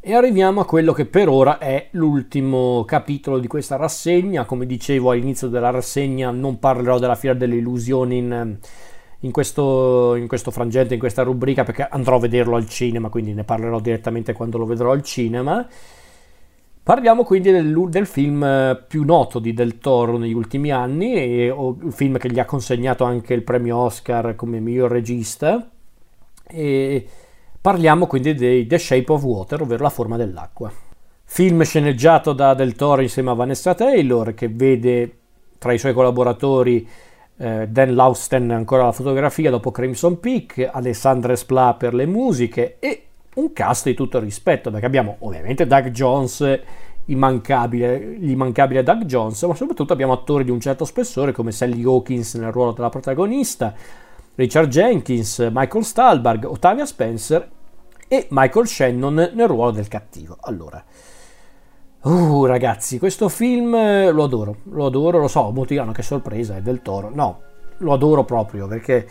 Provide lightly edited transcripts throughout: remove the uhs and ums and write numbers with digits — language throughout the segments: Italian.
E arriviamo a quello che per ora è l'ultimo capitolo di questa rassegna. Come dicevo all'inizio della rassegna, non parlerò della Fiera delle Illusioni in questo frangente, in questa rubrica, perché andrò a vederlo al cinema, quindi ne parlerò direttamente quando lo vedrò al cinema. Parliamo quindi del film più noto di Del Toro negli ultimi anni, il film che gli ha consegnato anche il premio Oscar come miglior regista, e parliamo quindi di The Shape of Water, ovvero La forma dell'acqua. Film sceneggiato da Del Toro insieme a Vanessa Taylor, che vede tra i suoi collaboratori Dan Lausten ancora la fotografia dopo Crimson Peak, Alessandra Desplat per le musiche e un cast di tutto rispetto, perché abbiamo ovviamente Doug Jones, l'immancabile Doug Jones, ma soprattutto abbiamo attori di un certo spessore come Sally Hawkins nel ruolo della protagonista, Richard Jenkins, Michael Stuhlbarg, Octavia Spencer e Michael Shannon nel ruolo del cattivo. Allora, ragazzi, questo film lo adoro, lo so, molti diranno che sorpresa, è Del Toro. No, lo adoro proprio perché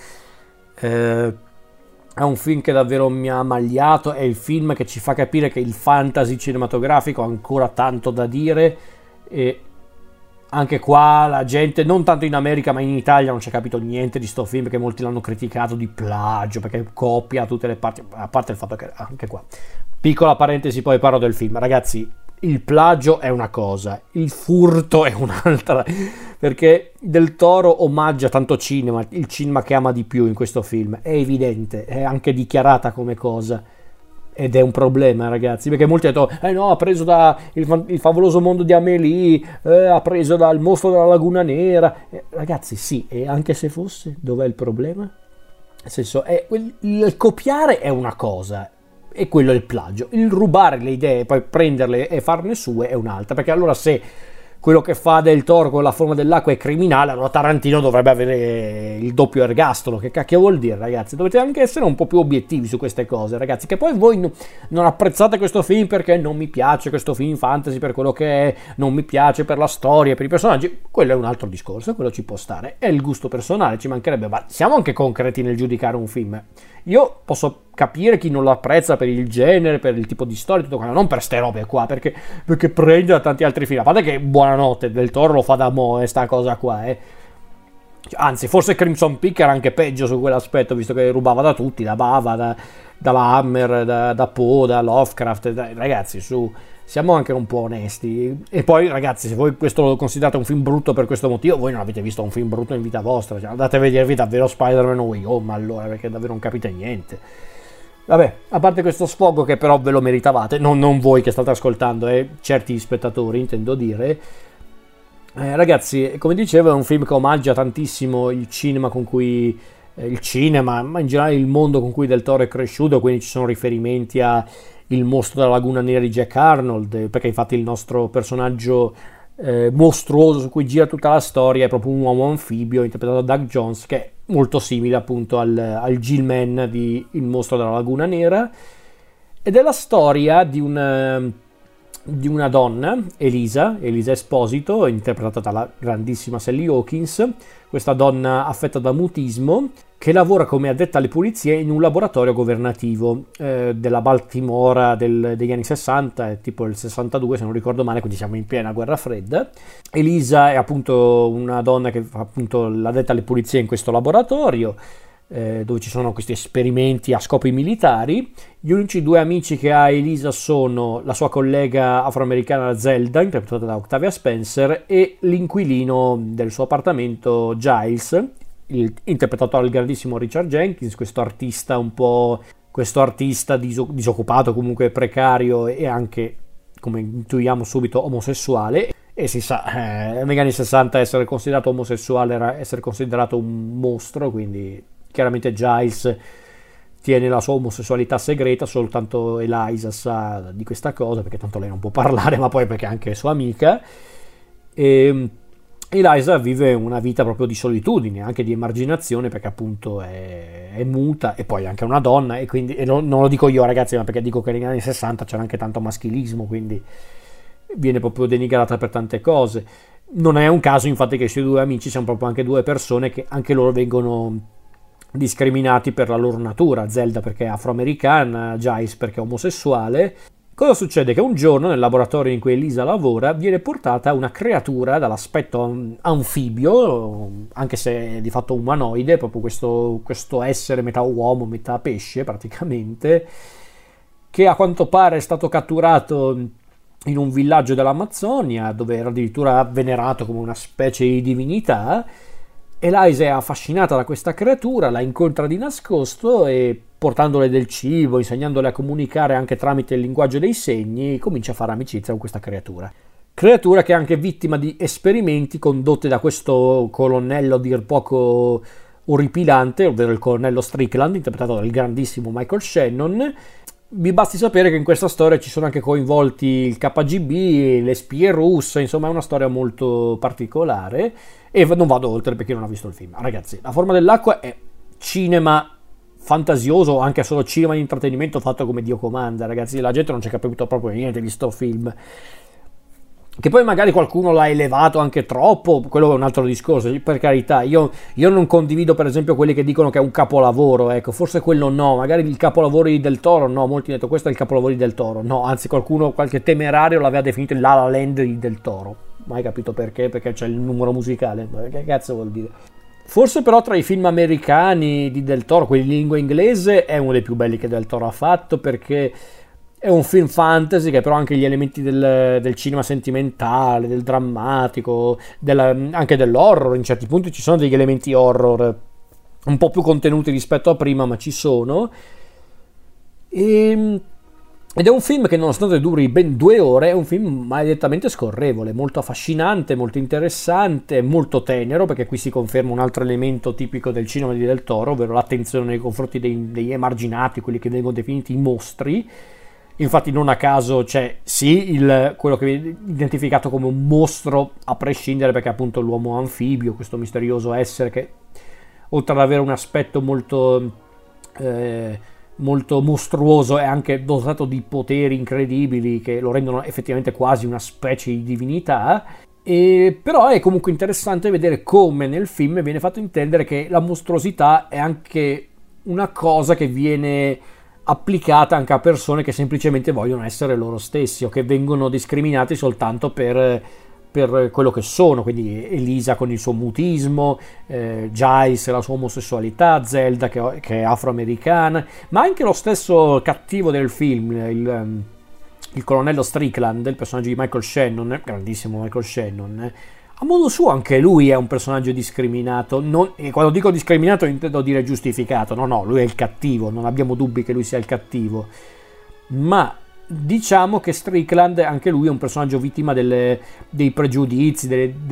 è un film che davvero mi ha ammagliato, è il film che ci fa capire che il fantasy cinematografico ha ancora tanto da dire, e anche qua la gente, non tanto in America ma in Italia, non ci ha capito niente di sto film, perché molti l'hanno criticato di plagio, perché copia tutte le parti, a parte il fatto che anche qua, piccola parentesi, poi parlo del film, ragazzi, il plagio è una cosa, il furto è un'altra, perché Del Toro omaggia tanto cinema, il cinema che ama di più in questo film, è evidente, è anche dichiarata come cosa, ed è un problema, ragazzi, perché molti hanno detto no, ha preso da il favoloso mondo di Amélie, ha preso dal mostro della Laguna Nera, ragazzi sì, e anche se fosse, dov'è il problema? Nel senso, il copiare è una cosa, e quello è il plagio, il rubare le idee e poi prenderle e farne sue è un'altra, perché allora se quello che fa Del Toro con La forma dell'acqua è criminale, allora Tarantino dovrebbe avere il doppio ergastolo. Che cacchio vuol dire, ragazzi? Dovete anche essere un po' più obiettivi su queste cose, ragazzi, che poi voi non apprezzate questo film perché non mi piace questo film fantasy per quello che è, non mi piace per la storia, per i personaggi, quello è un altro discorso, quello ci può stare, è il gusto personale, ci mancherebbe, ma siamo anche concreti nel giudicare un film. Io posso capire chi non lo apprezza per il genere, per il tipo di storia, tutto quello, non per ste robe qua, perché prende da tanti altri film. A parte che buonanotte, Del Toro lo fa da mo', sta cosa qua, Anzi, forse Crimson Peak era anche peggio su quell'aspetto, visto che rubava da tutti, da Bava, dalla Hammer, da Poe, da Lovecraft, ragazzi, su, siamo anche un po' onesti. E poi, ragazzi, se voi questo lo considerate un film brutto per questo motivo, voi non avete visto un film brutto in vita vostra, cioè, andate a vedervi davvero Spider-Man No Way Home, allora, perché davvero non capite niente. Vabbè, a parte questo sfogo che però ve lo meritavate, non voi che state ascoltando, certi spettatori intendo dire, ragazzi, come dicevo, è un film che omaggia tantissimo il cinema con cui il cinema, ma in generale il mondo con cui Del Toro è cresciuto, quindi ci sono riferimenti a Il mostro della Laguna Nera di Jack Arnold, perché infatti il nostro personaggio mostruoso su cui gira tutta la storia è proprio un uomo anfibio interpretato da Doug Jones, che è molto simile appunto al Gill-Man di Il mostro della Laguna Nera, ed è la storia di una donna, Elisa Esposito, interpretata dalla grandissima Sally Hawkins, questa donna affetta da mutismo, che lavora come addetta alle pulizie in un laboratorio governativo della Baltimora degli anni 60, tipo il 62 se non ricordo male, quindi siamo in piena guerra fredda. Elisa è appunto una donna che fa appunto l'addetta alle pulizie in questo laboratorio, dove ci sono questi esperimenti a scopi militari. Gli unici due amici che ha Elisa sono la sua collega afroamericana Zelda, interpretata da Octavia Spencer, e l'inquilino del suo appartamento Giles, interpretato dal grandissimo Richard Jenkins, questo artista disoccupato, comunque precario, e anche, come intuiamo subito, omosessuale. E si sa, negli anni 60 essere considerato omosessuale era essere considerato un mostro, quindi chiaramente Giles tiene la sua omosessualità segreta, soltanto Eliza sa di questa cosa, perché tanto lei non può parlare, ma poi perché è anche sua amica. E Eliza vive una vita proprio di solitudine, anche di emarginazione, perché appunto è muta, e poi anche una donna, e quindi non lo dico io, ragazzi, ma perché dico che negli anni 60 c'era anche tanto maschilismo, quindi viene proprio denigrata per tante cose. Non è un caso infatti che i suoi due amici siano proprio anche due persone che anche loro vengono discriminati per la loro natura, Zelda perché è afroamericana, Giles perché è omosessuale, Cosa succede? Che un giorno nel laboratorio in cui Elisa lavora viene portata una creatura dall'aspetto anfibio, anche se è di fatto umanoide, proprio questo essere metà uomo, metà pesce praticamente, che a quanto pare è stato catturato in un villaggio dell'Amazzonia, dove era addirittura venerato come una specie di divinità. Eliza è affascinata da questa creatura, la incontra di nascosto e portandole del cibo, insegnandole a comunicare anche tramite il linguaggio dei segni, comincia a fare amicizia con questa creatura. Creatura che è anche vittima di esperimenti condotti da questo colonnello a dir poco orripilante, ovvero il colonnello Strickland, interpretato dal grandissimo Michael Shannon. Vi basti sapere che in questa storia ci sono anche coinvolti il KGB, le spie russe, insomma è una storia molto particolare e non vado oltre perché non ho visto il film. Ragazzi, La forma dell'acqua è cinema fantasioso, anche solo cinema di intrattenimento fatto come Dio comanda, ragazzi, la gente non ci è capito proprio niente di sto film. Che poi magari qualcuno l'ha elevato anche troppo, quello è un altro discorso, per carità. Io non condivido per esempio quelli che dicono che è un capolavoro, ecco, forse quello no, magari il capolavoro di Del Toro, no, molti hanno detto questo è il capolavoro di Del Toro, no, anzi qualche temerario l'aveva definito il La La Land di Del Toro, mai capito perché c'è il numero musicale, ma che cazzo vuol dire? Forse però tra i film americani di Del Toro, quelli in lingua inglese, è uno dei più belli che Del Toro ha fatto, perché è un film fantasy che però ha anche gli elementi del cinema sentimentale, del drammatico, anche dell'horror. In certi punti ci sono degli elementi horror un po' più contenuti rispetto a prima, ma ci sono. Ed è un film che, nonostante duri ben 2 ore, è un film maledettamente scorrevole, molto affascinante, molto interessante, molto tenero, perché qui si conferma un altro elemento tipico del cinema di Del Toro, ovvero l'attenzione nei confronti degli emarginati, quelli che vengono definiti i mostri. Infatti non a caso c'è sì quello che viene identificato come un mostro a prescindere, perché appunto l'uomo anfibio, questo misterioso essere che oltre ad avere un aspetto molto mostruoso è anche dotato di poteri incredibili che lo rendono effettivamente quasi una specie di divinità. Però è comunque interessante vedere come nel film viene fatto intendere che la mostruosità è anche una cosa che viene applicata anche a persone che semplicemente vogliono essere loro stessi o che vengono discriminati soltanto per quello che sono, quindi Elisa con il suo mutismo, Giles e la sua omosessualità, Zelda che è afroamericana, ma anche lo stesso cattivo del film, il colonnello Strickland, il personaggio di Michael Shannon, grandissimo Michael Shannon, a modo suo anche lui è un personaggio discriminato, e quando dico discriminato intendo dire giustificato, no, lui è il cattivo, non abbiamo dubbi che lui sia il cattivo, ma diciamo che Strickland anche lui è un personaggio vittima dei pregiudizi,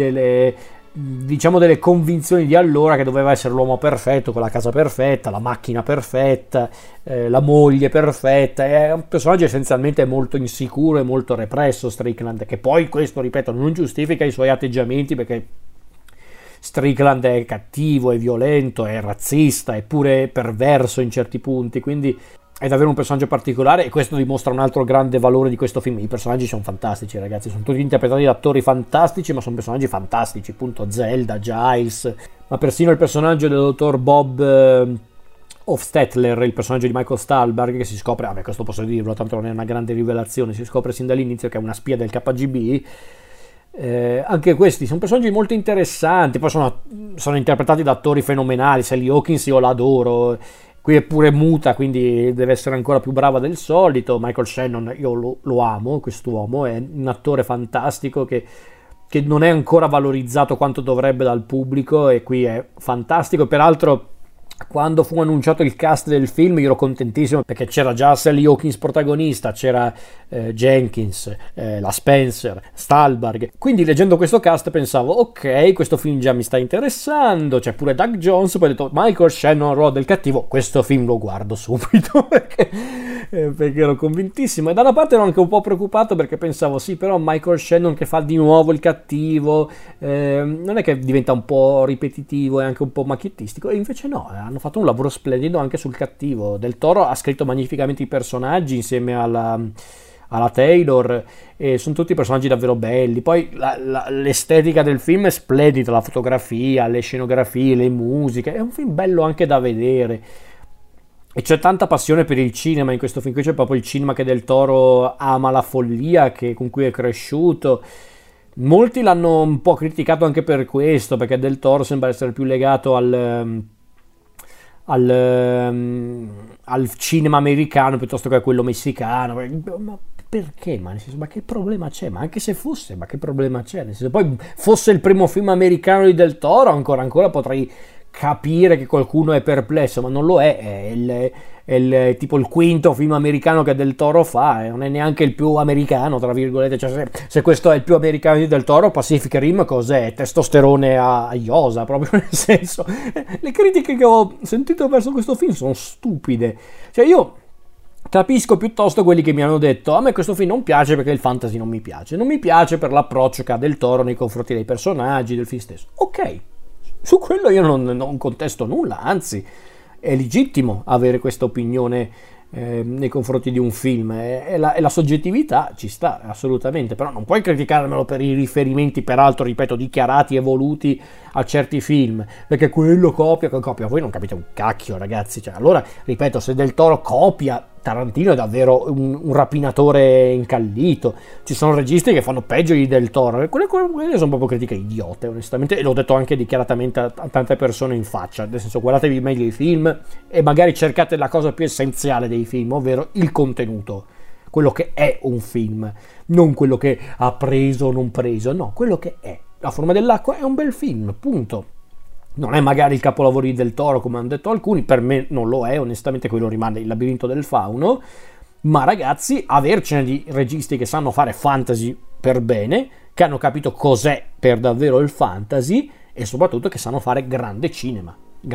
delle convinzioni di allora, che doveva essere l'uomo perfetto, con la casa perfetta, la macchina perfetta, la moglie perfetta. È un personaggio essenzialmente molto insicuro e molto represso, Strickland, che poi questo, ripeto, non giustifica i suoi atteggiamenti, perché Strickland è cattivo, è violento, è razzista, è pure perverso in certi punti, quindi è davvero un personaggio particolare, e questo dimostra un altro grande valore di questo film. I personaggi sono fantastici, ragazzi, sono tutti interpretati da attori fantastici, ma sono personaggi fantastici, appunto Zelda, Giles, ma persino il personaggio del dottor Bob Hofstetler, il personaggio di Michael Stahlberg, che si scopre, questo posso dirlo, tanto non è una grande rivelazione, si scopre sin dall'inizio che è una spia del KGB. Anche questi sono personaggi molto interessanti, poi sono interpretati da attori fenomenali. Sally Hawkins io l'adoro, qui è pure muta, quindi deve essere ancora più brava del solito. Michael Shannon io lo amo, quest'uomo è un attore fantastico che non è ancora valorizzato quanto dovrebbe dal pubblico, e qui è fantastico. Peraltro quando fu annunciato il cast del film io ero contentissimo, perché c'era già Sally Hawkins protagonista, c'era Jenkins, la Spencer, Stahlberg, quindi leggendo questo cast pensavo ok, questo film già mi sta interessando, c'è pure Doug Jones, poi ho detto Michael Shannon, ruolo del cattivo, questo film lo guardo subito perché ero convintissimo. E da una parte ero anche un po' preoccupato, perché pensavo sì, però Michael Shannon che fa di nuovo il cattivo, non è che diventa un po' ripetitivo e anche un po' macchiettistico, e invece no, hanno fatto un lavoro splendido anche sul cattivo. Del Toro ha scritto magnificamente i personaggi insieme alla Taylor, e sono tutti personaggi davvero belli. Poi l'estetica del film è splendida, la fotografia, le scenografie, le musiche, è un film bello anche da vedere. E c'è tanta passione per il cinema in questo film, qui c'è proprio il cinema che Del Toro ama la follia, con cui è cresciuto. Molti l'hanno un po' criticato anche per questo, perché Del Toro sembra essere più legato al cinema americano piuttosto che a quello messicano. Ma perché? Ma, nel senso, ma che problema c'è? Ma anche se fosse, ma che problema c'è? Nel senso, poi fosse il primo film americano di Del Toro, ancora potrei capire che qualcuno è perplesso, ma non lo tipo il quinto film americano che Del Toro fa, non è neanche il più americano, tra virgolette. Cioè, se questo è il più americano di Del Toro, Pacific Rim cos'è? Testosterone a iosa, proprio, nel senso, le critiche che ho sentito verso questo film sono stupide. Cioè, io capisco piuttosto quelli che mi hanno detto: a me questo film non piace perché il fantasy non mi piace per l'approccio che ha Del Toro nei confronti dei personaggi, del film stesso. Ok, su quello io non contesto nulla, anzi è legittimo avere questa opinione nei confronti di un film, e la soggettività ci sta assolutamente, però non puoi criticarmelo per i riferimenti, peraltro ripeto dichiarati e voluti a certi film, perché quello copia, voi non capite un cacchio, ragazzi. Cioè, allora ripeto, se Del Toro copia, Tarantino è davvero un rapinatore incallito. Ci sono registi che fanno peggio di Del Toro, quelle sono proprio critiche idiote, onestamente, e l'ho detto anche dichiaratamente a tante persone in faccia, nel senso, guardatevi meglio i film e magari cercate la cosa più essenziale dei film, ovvero il contenuto, quello che è un film, non quello che ha preso o non preso, no, quello che è. La forma dell'acqua è un bel film, punto. Non è magari il capolavoro di Del Toro come hanno detto alcuni, per me non lo è, onestamente quello rimane Il labirinto del fauno, ma ragazzi, avercene di registi che sanno fare fantasy per bene, che hanno capito cos'è per davvero il fantasy e soprattutto che sanno fare grande cinema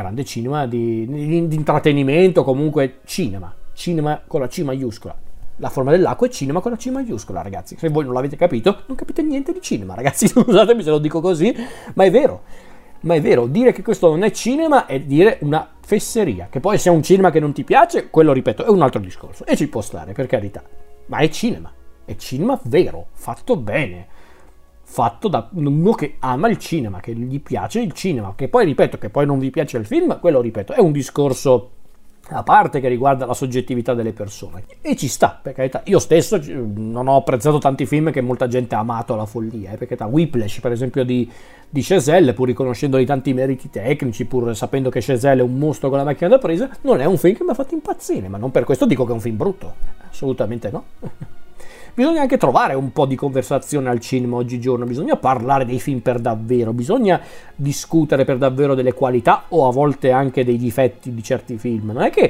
di intrattenimento, comunque cinema con la C maiuscola. La forma dell'acqua è cinema con la C maiuscola, ragazzi. Se voi non l'avete capito, non capite niente di cinema, ragazzi. Scusatemi se lo dico così, ma è vero. Dire che questo non è cinema è dire una fesseria. Che poi sia un cinema che non ti piace, quello, ripeto, è un altro discorso. E ci può stare, per carità. Ma è cinema vero, fatto bene. Fatto da uno che ama il cinema, che gli piace il cinema. Che poi, ripeto, che poi non vi piace il film, quello, ripeto, è un discorso a parte che riguarda la soggettività delle persone, e ci sta, per carità. Io stesso non ho apprezzato tanti film che molta gente ha amato alla follia, per carità. Whiplash, per esempio, di Chazelle, pur riconoscendogli tanti meriti tecnici, pur sapendo che Chazelle è un mostro con la macchina da presa, non è un film che mi ha fatto impazzire, ma non per questo dico che è un film brutto, assolutamente no. Bisogna anche trovare un po' di conversazione al cinema oggigiorno, bisogna parlare dei film per davvero, bisogna discutere per davvero delle qualità o a volte anche dei difetti di certi film.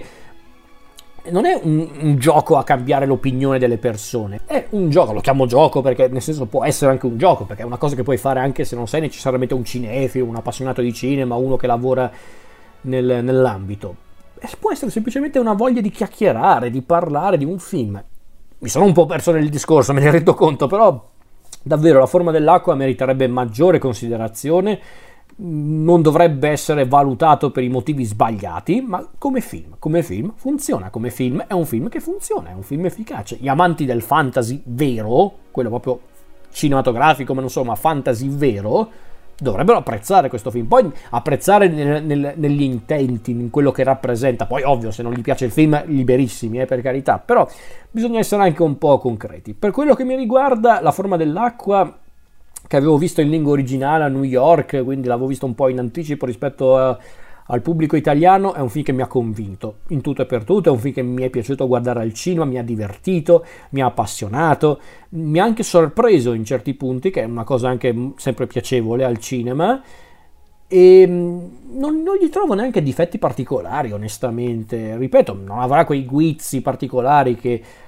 Non è un gioco a cambiare l'opinione delle persone, è un gioco, lo chiamo gioco perché nel senso può essere anche un gioco, perché è una cosa che puoi fare anche se non sei necessariamente un cinefilo, un appassionato di cinema, uno che lavora nell'ambito. Può essere semplicemente una voglia di chiacchierare, di parlare di un film. Mi sono un po' perso nel discorso, me ne rendo conto, però davvero La forma dell'acqua meriterebbe maggiore considerazione, non dovrebbe essere valutato per i motivi sbagliati, ma come film funziona, come film è un film che funziona, è un film efficace. Gli amanti del fantasy vero, quello proprio cinematografico, ma non so, ma fantasy vero, dovrebbero apprezzare questo film, poi apprezzare negli intenti, in quello che rappresenta. Poi ovvio, se non gli piace il film, liberissimi, per carità, però bisogna essere anche un po' concreti. Per quello che mi riguarda, La forma dell'acqua, che avevo visto in lingua originale a New York, quindi l'avevo visto un po' in anticipo rispetto al pubblico italiano, è un film che mi ha convinto in tutto e per tutto, è un film che mi è piaciuto guardare al cinema, mi ha divertito, mi ha appassionato, mi ha anche sorpreso in certi punti, che è una cosa anche sempre piacevole al cinema, e non gli trovo neanche difetti particolari, onestamente. Ripeto, non avrà quei guizzi particolari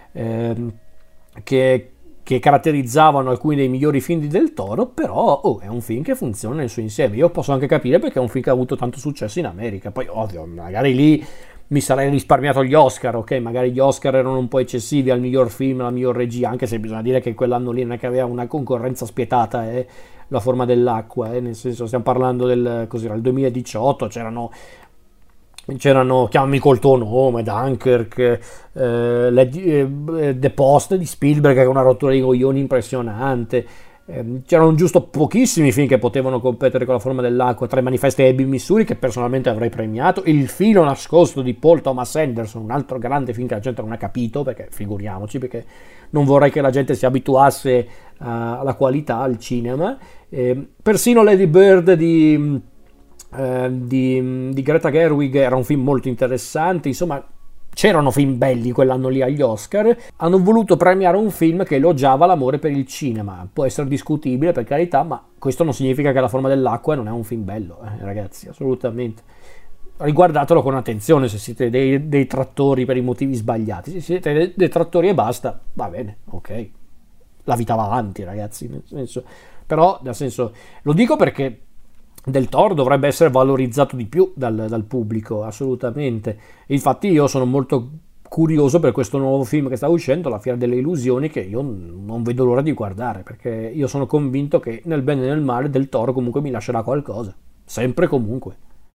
che caratterizzavano alcuni dei migliori film di Del Toro, però è un film che funziona nel suo insieme. Io posso anche capire perché è un film che ha avuto tanto successo in America. Poi ovvio, magari lì mi sarei risparmiato gli Oscar, ok? Magari gli Oscar erano un po' eccessivi al miglior film, alla miglior regia, anche se bisogna dire che quell'anno lì non è che aveva una concorrenza spietata, La forma dell'acqua, nel senso, stiamo parlando del 2018, c'erano Chiamami col tuo nome, Dunkirk, The Post di Spielberg, che è una rottura di coglioni impressionante, C'erano giusto pochissimi film che potevano competere con La forma dell'acqua, tra i manifesti di Ebbing, Missouri, che personalmente avrei premiato, Il filo nascosto di Paul Thomas Anderson, un altro grande film che la gente non ha capito, perché figuriamoci, perché non vorrei che la gente si abituasse alla qualità, al cinema. Persino Lady Bird di Greta Gerwig era un film molto interessante, insomma c'erano film belli quell'anno lì agli Oscar. Hanno voluto premiare un film che elogiava l'amore per il cinema. Può essere discutibile, per carità, ma questo non significa che La forma dell'acqua non è un film bello, ragazzi, assolutamente. Riguardatelo con attenzione se siete dei detrattori per i motivi sbagliati. Se siete dei detrattori e basta, va bene, ok. La vita va avanti, ragazzi, nel senso. Però, nel senso, lo dico perché Del Toro dovrebbe essere valorizzato di più dal pubblico, assolutamente. Infatti io sono molto curioso per questo nuovo film che sta uscendo, La fiera delle illusioni, che io non vedo l'ora di guardare, perché io sono convinto che nel bene e nel male Del Toro comunque mi lascerà qualcosa, sempre e comunque.